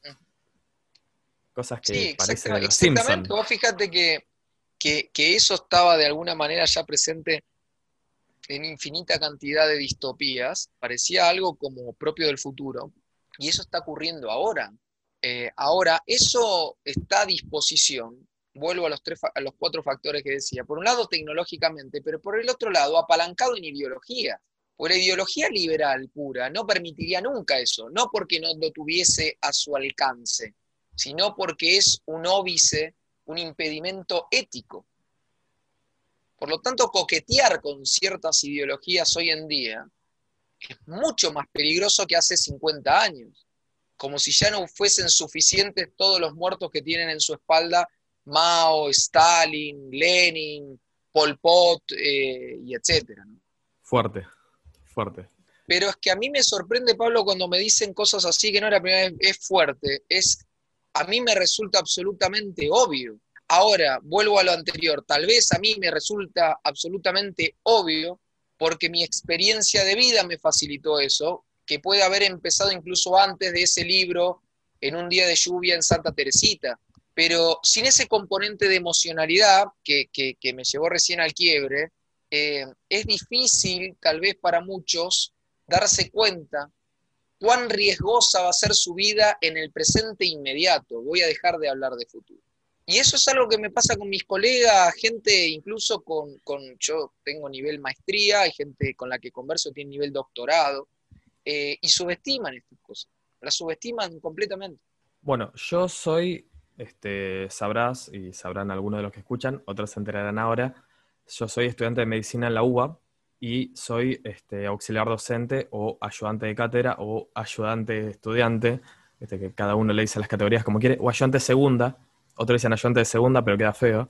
Cosas Sí, que parecen exacta, de los exactamente. Simpson. Vos fíjate que, que, que eso estaba de alguna manera ya presente en infinita cantidad de distopías, parecía algo como propio del futuro, y eso está ocurriendo ahora. Eh, ahora, eso está a disposición, vuelvo a los, tres, a los cuatro factores que decía, por un lado tecnológicamente, pero por el otro lado apalancado en ideología. Porque la ideología liberal pura no permitiría nunca eso, no porque no lo tuviese a su alcance, sino porque es un óbice, un impedimento ético. Por lo tanto, coquetear con ciertas ideologías hoy en día es mucho más peligroso que hace cincuenta años. Como si ya no fuesen suficientes todos los muertos que tienen en su espalda Mao, Stalin, Lenin, Pol Pot, eh, y etcétera, ¿no? Fuerte, fuerte. Pero es que a mí me sorprende, Pablo, cuando me dicen cosas así, que no es la primera vez, es fuerte, es, a mí me resulta absolutamente obvio. Ahora, vuelvo a lo anterior, tal vez a mí me resulta absolutamente obvio porque mi experiencia de vida me facilitó eso, que puede haber empezado incluso antes de ese libro, en un día de lluvia en Santa Teresita. Pero sin ese componente de emocionalidad que, que, que me llevó recién al quiebre, eh, es difícil, tal vez para muchos, darse cuenta cuán riesgosa va a ser su vida en el presente inmediato. Voy a dejar de hablar de futuro. Y eso es algo que me pasa con mis colegas, gente incluso con, con yo tengo nivel maestría, hay gente con la que converso que tiene nivel doctorado, eh, y subestiman estas cosas, las subestiman completamente. Bueno, yo soy, este, sabrás, y sabrán algunos de los que escuchan, otros se enterarán ahora, yo soy estudiante de medicina en la U B A y soy este, auxiliar docente o ayudante de cátedra o ayudante estudiante, este, que cada uno le dice las categorías como quiere, o ayudante segunda, otros dicen ayudante de segunda, pero queda feo,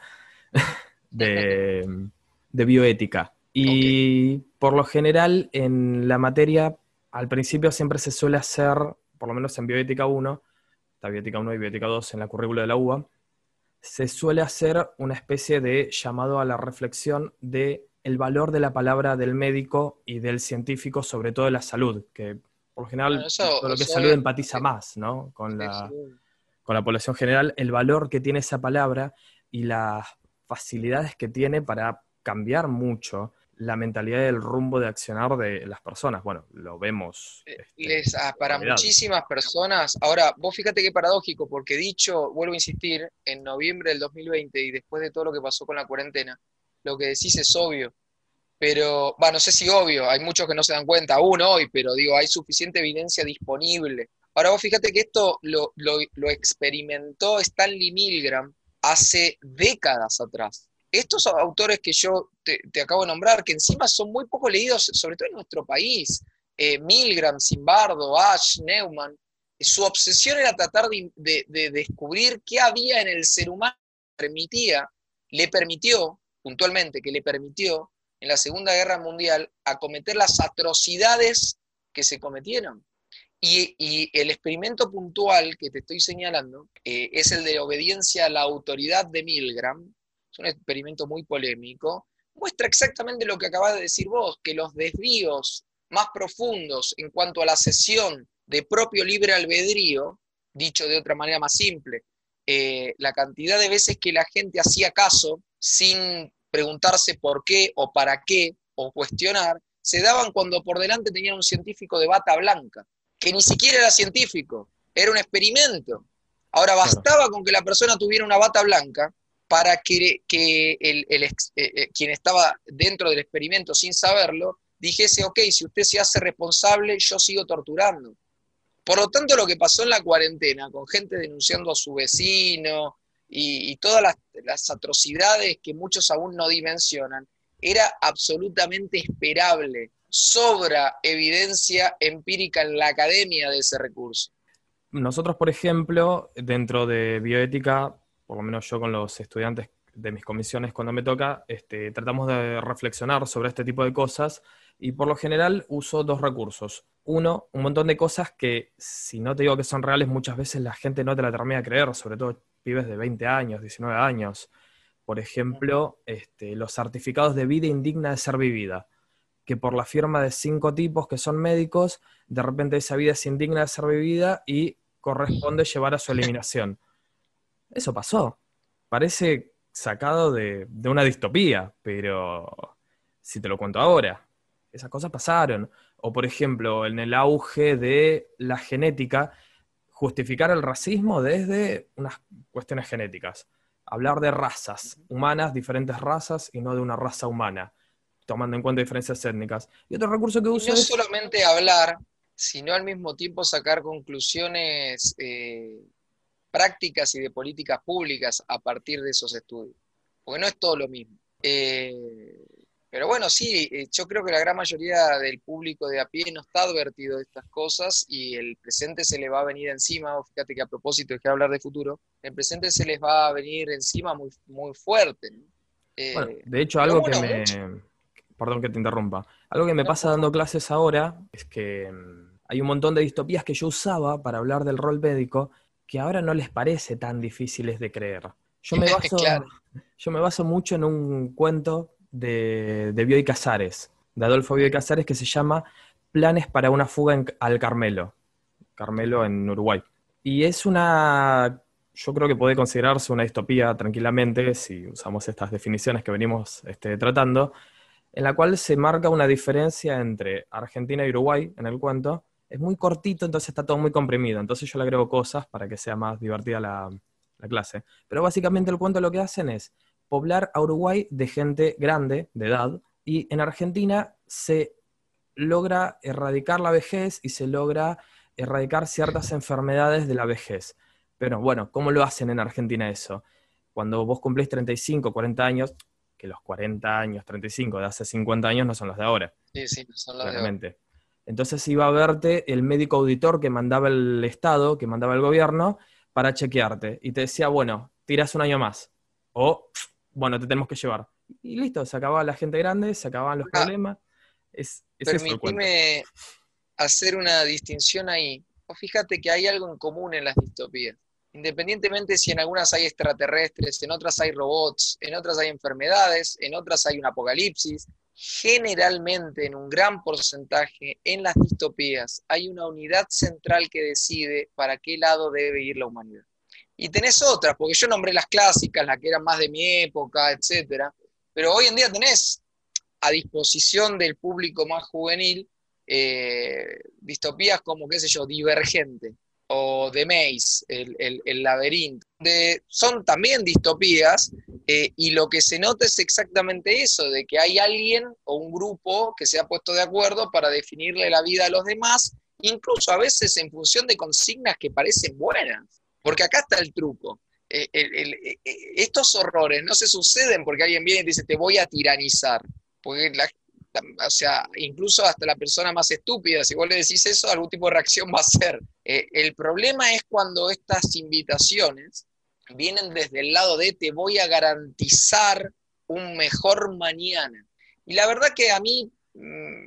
de, de bioética. Ok. Y por lo general en la materia, al principio siempre se suele hacer, por lo menos en bioética uno, está bioética uno y bioética dos en la currícula de la U B A, se suele hacer una especie de llamado a la reflexión de el valor de la palabra del médico y del científico, sobre todo de la salud, que por lo Bueno, general todo eso, lo que es eso salud es, empatiza sí, más, ¿no? Con sí, la, sí. con la población general, el valor que tiene esa palabra y las facilidades que tiene para cambiar mucho la mentalidad y el rumbo de accionar de las personas. Bueno, lo vemos este, Les, ah, de para realidad. muchísimas personas, ahora, vos fíjate qué paradójico, porque dicho, vuelvo a insistir, en noviembre del dos mil veinte y después de todo lo que pasó con la cuarentena, lo que decís es obvio, pero, va, no sé si obvio, hay muchos que no se dan cuenta aún hoy, pero digo, hay suficiente evidencia disponible. Ahora vos fíjate que esto lo, lo, lo experimentó Stanley Milgram hace décadas atrás. Estos autores que yo te, te acabo de nombrar, que encima son muy poco leídos, sobre todo en nuestro país, eh, Milgram, Zimbardo, Ash, Neumann, su obsesión era tratar de, de, de descubrir qué había en el ser humano que permitía, le permitió, puntualmente, que le permitió en la Segunda Guerra Mundial acometer las atrocidades que se cometieron. Y, y el experimento puntual que te estoy señalando eh, es el de obediencia a la autoridad de Milgram. Es un experimento muy polémico. Muestra exactamente lo que acabas de decir vos, que los desvíos más profundos en cuanto a la cesión de propio libre albedrío, dicho de otra manera más simple, eh, la cantidad de veces que la gente hacía caso sin preguntarse por qué o para qué o cuestionar, se daban cuando por delante tenían un científico de bata blanca, que ni siquiera era científico, era un experimento. Ahora bastaba claro. con que la persona tuviera una bata blanca para que, que el, el, el eh, quien estaba dentro del experimento sin saberlo, dijese, ok, si usted se hace responsable, yo sigo torturando. Por lo tanto, lo que pasó en la cuarentena, con gente denunciando a su vecino y, y todas las, las atrocidades que muchos aún no dimensionan, era absolutamente esperable. Sobra evidencia empírica en la academia de ese recurso. Nosotros, por ejemplo, dentro de bioética, por lo menos yo con los estudiantes de mis comisiones cuando me toca, este, tratamos de reflexionar sobre este tipo de cosas y por lo general uso dos recursos. Uno, un montón de cosas que, si no te digo que son reales, muchas veces la gente no te la termina de creer, sobre todo pibes de veinte años, diecinueve años. Por ejemplo, este, los certificados de vida indigna de ser vivida, que por la firma de cinco tipos que son médicos, de repente esa vida es indigna de ser vivida y corresponde llevar a su eliminación. Eso pasó. Parece sacado de, de una distopía, pero si te lo cuento ahora, esas cosas pasaron. O por ejemplo, en el auge de la genética, justificar el racismo desde unas cuestiones genéticas. Hablar de razas humanas, diferentes razas, y no de una raza humana, tomando en cuenta diferencias étnicas. Y otro recurso que y uso no es... solamente hablar, sino al mismo tiempo sacar conclusiones eh, prácticas y de políticas públicas a partir de esos estudios. Porque no es todo lo mismo. Eh, pero bueno, sí, eh, yo creo que la gran mayoría del público de a pie no está advertido de estas cosas y el presente se le va a venir encima. Fíjate que a propósito de que hablar de futuro, el presente se les va a venir encima muy, muy fuerte, ¿no? Bueno, Eh, de hecho, pero algo que bueno, me... mucho, Perdón que te interrumpa. Algo que me no, pasa por dando favor. clases ahora es que mm, hay un montón de distopías que yo usaba para hablar del rol médico que ahora no les parece tan difíciles de creer. Yo me baso, Claro. yo me baso mucho en un cuento de, de Bioy Casares, de Adolfo Bioy Casares, que se llama Planes para una fuga en- al Carmelo. Carmelo en Uruguay. Y es una, yo creo que puede considerarse una distopía tranquilamente, si usamos estas definiciones que venimos este, tratando, en la cual se marca una diferencia entre Argentina y Uruguay en el cuento. Es muy cortito, entonces está todo muy comprimido. Entonces yo le agrego cosas para que sea más divertida la, la clase. Pero básicamente el cuento lo que hacen es poblar a Uruguay de gente grande, de edad, y en Argentina se logra erradicar la vejez y se logra erradicar ciertas enfermedades de la vejez. Pero bueno, ¿cómo lo hacen en Argentina eso? Cuando vos cumplís treinta y cinco, cuarenta años, que los cuarenta años, treinta y cinco de hace cincuenta años no son los de ahora, Sí, sí, no son las de ahora. claramente. Entonces iba a verte el médico auditor que mandaba el Estado, que mandaba el gobierno, para chequearte. Y te decía, bueno, tirás un año más. O, bueno, te tenemos que llevar. Y listo, se acababa la gente grande, se acababan los Ahora, problemas. Es, es eso el cuento. permitime hacer una distinción ahí. O fíjate que hay algo en común en las distopías. Independientemente si en algunas hay extraterrestres, en otras hay robots, en otras hay enfermedades, en otras hay un apocalipsis, generalmente en un gran porcentaje en las distopías hay una unidad central que decide para qué lado debe ir la humanidad. Y tenés otras, porque yo nombré las clásicas, las que eran más de mi época, etcétera, pero hoy en día tenés a disposición del público más juvenil eh, distopías como, qué sé yo, Divergente o The Maze, el, el, el laberinto, de, son también distopías eh, y lo que se nota es exactamente eso, de que hay alguien o un grupo que se ha puesto de acuerdo para definirle la vida a los demás, incluso a veces en función de consignas que parecen buenas, porque acá está el truco. Eh, el, el, eh, estos horrores no se suceden porque alguien viene y dice te voy a tiranizar, porque la, o sea, incluso hasta la persona más estúpida, si vos le decís eso, algún tipo de reacción va a ser. Eh, el problema es cuando estas invitaciones vienen desde el lado de te voy a garantizar un mejor mañana. Y la verdad que a mí, mmm,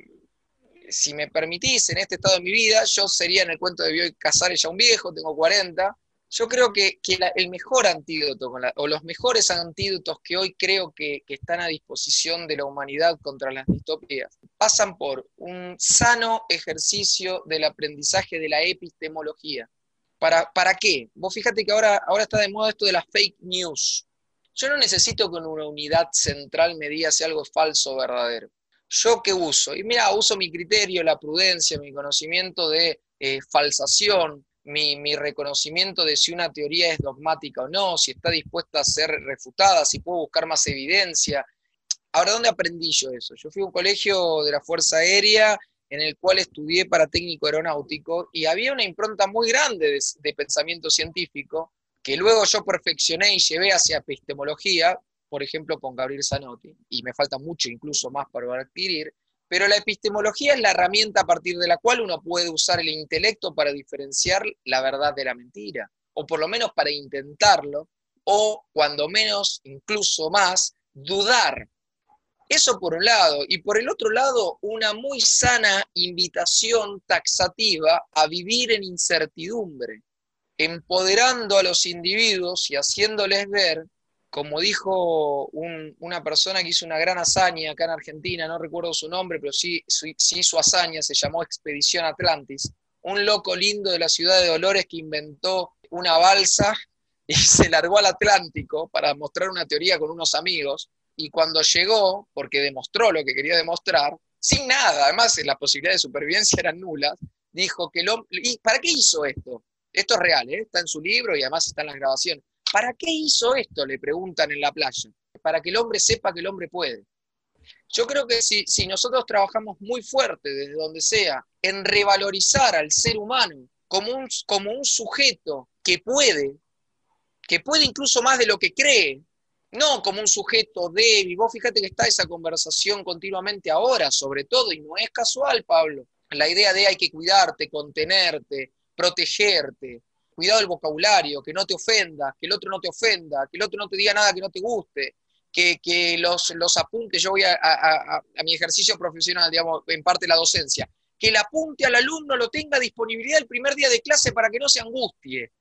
si me permitís, en este estado de mi vida, yo sería en el cuento de Bioy Casares ya un viejo, tengo cuarenta. Yo creo que, que la, el mejor antídoto, con la, o los mejores antídotos que hoy creo que, que están a disposición de la humanidad contra las distopías, pasan por un sano ejercicio del aprendizaje de la epistemología. ¿Para, para qué? Vos fíjate que ahora, ahora está de moda esto de las fake news. Yo no necesito que una unidad central me diga si algo es falso o verdadero. ¿Yo qué uso? Y mira, uso mi criterio, la prudencia, mi conocimiento de eh, falsación, mi, mi reconocimiento de si una teoría es dogmática o no, si está dispuesta a ser refutada, si puedo buscar más evidencia. Ahora, ¿dónde aprendí yo eso? Yo fui a un colegio de la Fuerza Aérea en el cual estudié para técnico aeronáutico y había una impronta muy grande de, de pensamiento científico que luego yo perfeccioné y llevé hacia epistemología, por ejemplo con Gabriel Zanotti, y me falta mucho incluso más para adquirir, pero la epistemología es la herramienta a partir de la cual uno puede usar el intelecto para diferenciar la verdad de la mentira, o por lo menos para intentarlo, o cuando menos, incluso más, dudar. Eso por un lado, y por el otro lado, una muy sana invitación taxativa a vivir en incertidumbre, empoderando a los individuos y haciéndoles ver, como dijo un, una persona que hizo una gran hazaña acá en Argentina, no recuerdo su nombre, pero sí, sí, sí su hazaña, se llamó Expedición Atlantis, un loco lindo de la ciudad de Dolores que inventó una balsa y se largó al Atlántico para mostrar una teoría con unos amigos, y cuando llegó, porque demostró lo que quería demostrar, sin nada, además las posibilidades de supervivencia eran nulas, dijo que el hombre... ¿Y para qué hizo esto? Esto es real, ¿eh? Está en su libro y además está en las grabaciones. ¿Para qué hizo esto? Le preguntan en la playa. Para que el hombre sepa que el hombre puede. Yo creo que si, si nosotros trabajamos muy fuerte, desde donde sea, en revalorizar al ser humano como un, como un sujeto que puede, que puede incluso más de lo que cree, no como un sujeto débil. Vos fíjate que está esa conversación continuamente ahora, sobre todo, y no es casual, Pablo, la idea de hay que cuidarte, contenerte, protegerte, cuidado del vocabulario, que no te ofendas, que el otro no te ofenda, que el otro no te diga nada que no te guste, que, que los, los apuntes, yo voy a, a, a, a mi ejercicio profesional, digamos, en parte la docencia, que el apunte al alumno lo tenga a disponibilidad el primer día de clase para que no se angustie.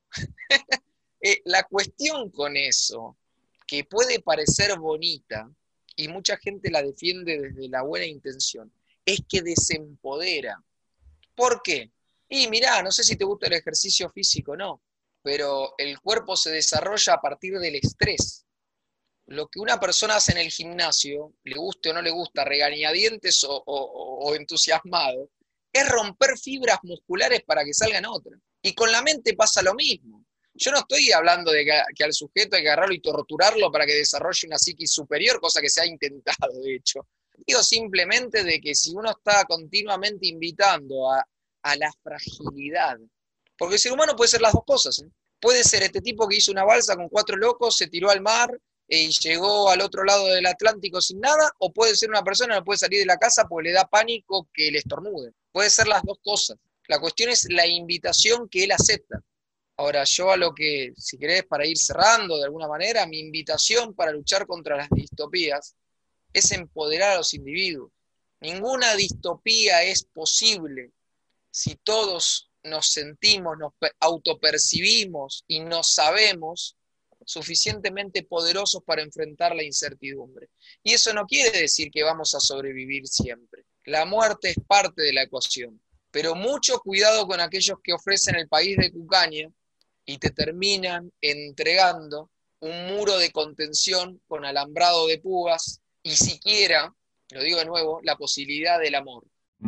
eh, la cuestión con eso, que puede parecer bonita, y mucha gente la defiende desde la buena intención, es que desempodera. ¿Por qué? Y mirá, no sé si te gusta el ejercicio físico o no, pero el cuerpo se desarrolla a partir del estrés. Lo que una persona hace en el gimnasio, le guste o no le gusta, regañadientes o, o, o entusiasmado, es romper fibras musculares para que salgan otras. Y con la mente pasa lo mismo. Yo no estoy hablando de que, que al sujeto hay que agarrarlo y torturarlo para que desarrolle una psiquis superior, cosa que se ha intentado, de hecho. Digo simplemente de que si uno está continuamente invitando a, a la fragilidad, porque el ser humano puede ser las dos cosas, ¿eh? Puede ser este tipo que hizo una balsa con cuatro locos, se tiró al mar y llegó al otro lado del Atlántico sin nada, o puede ser una persona que no puede salir de la casa porque le da pánico que le estornude. Puede ser las dos cosas. La cuestión es la invitación que él acepta. Ahora, yo a lo que, si querés, para ir cerrando de alguna manera, mi invitación para luchar contra las distopías es empoderar a los individuos. Ninguna distopía es posible si todos nos sentimos, nos autopercibimos y nos sabemos suficientemente poderosos para enfrentar la incertidumbre. Y eso no quiere decir que vamos a sobrevivir siempre. La muerte es parte de la ecuación. Pero mucho cuidado con aquellos que ofrecen el país de Cucaña y te terminan entregando un muro de contención con alambrado de púas y siquiera, lo digo de nuevo, la posibilidad del amor.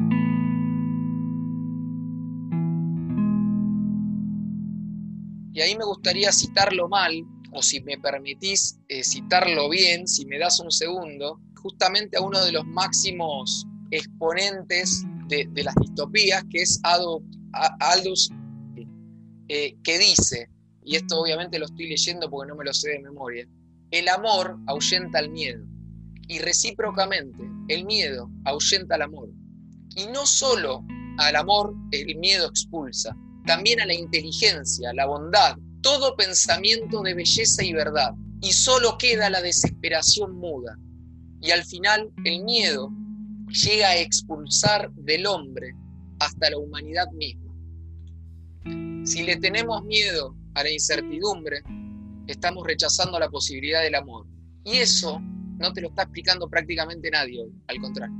Y ahí me gustaría citarlo mal, o si me permitís eh, citarlo bien, si me das un segundo, justamente a uno de los máximos exponentes de, de las distopías, que es Ado, a, Aldous, eh, que dice, y esto obviamente lo estoy leyendo porque no me lo sé de memoria, el amor ahuyenta el miedo. Y recíprocamente, el miedo ahuyenta al amor. Y no solo al amor el miedo expulsa, también a la inteligencia, la bondad, todo pensamiento de belleza y verdad. Y solo queda la desesperación muda. Y al final el miedo llega a expulsar del hombre hasta la humanidad misma. Si le tenemos miedo a la incertidumbre, estamos rechazando la posibilidad del amor. Y eso no te lo está explicando prácticamente nadie hoy, al contrario.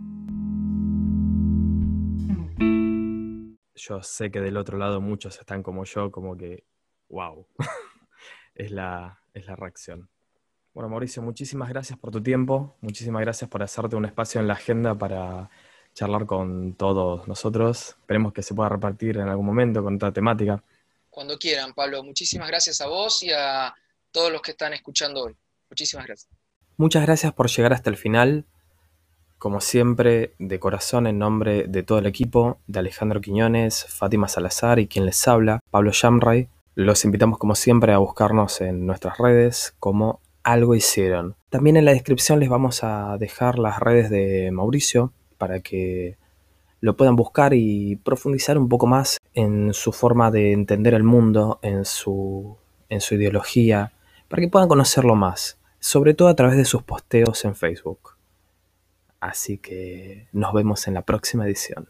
Yo sé que del otro lado muchos están como yo, como que, wow, es la, es la reacción. Bueno, Mauricio, muchísimas gracias por tu tiempo, muchísimas gracias por hacerte un espacio en la agenda para charlar con todos nosotros. Esperemos que se pueda repartir en algún momento con otra temática. Cuando quieran, Pablo. Muchísimas gracias a vos y a todos los que están escuchando hoy. Muchísimas gracias. Muchas gracias por llegar hasta el final. Como siempre, de corazón, en nombre de todo el equipo, de Alejandro Quiñones, Fátima Salazar y quien les habla, Pablo Shamray, los invitamos como siempre a buscarnos en nuestras redes como Algo Hicieron. También en la descripción les vamos a dejar las redes de Mauricio para que lo puedan buscar y profundizar un poco más en su forma de entender el mundo, en su, en su ideología, para que puedan conocerlo más, sobre todo a través de sus posteos en Facebook. Así que nos vemos en la próxima edición.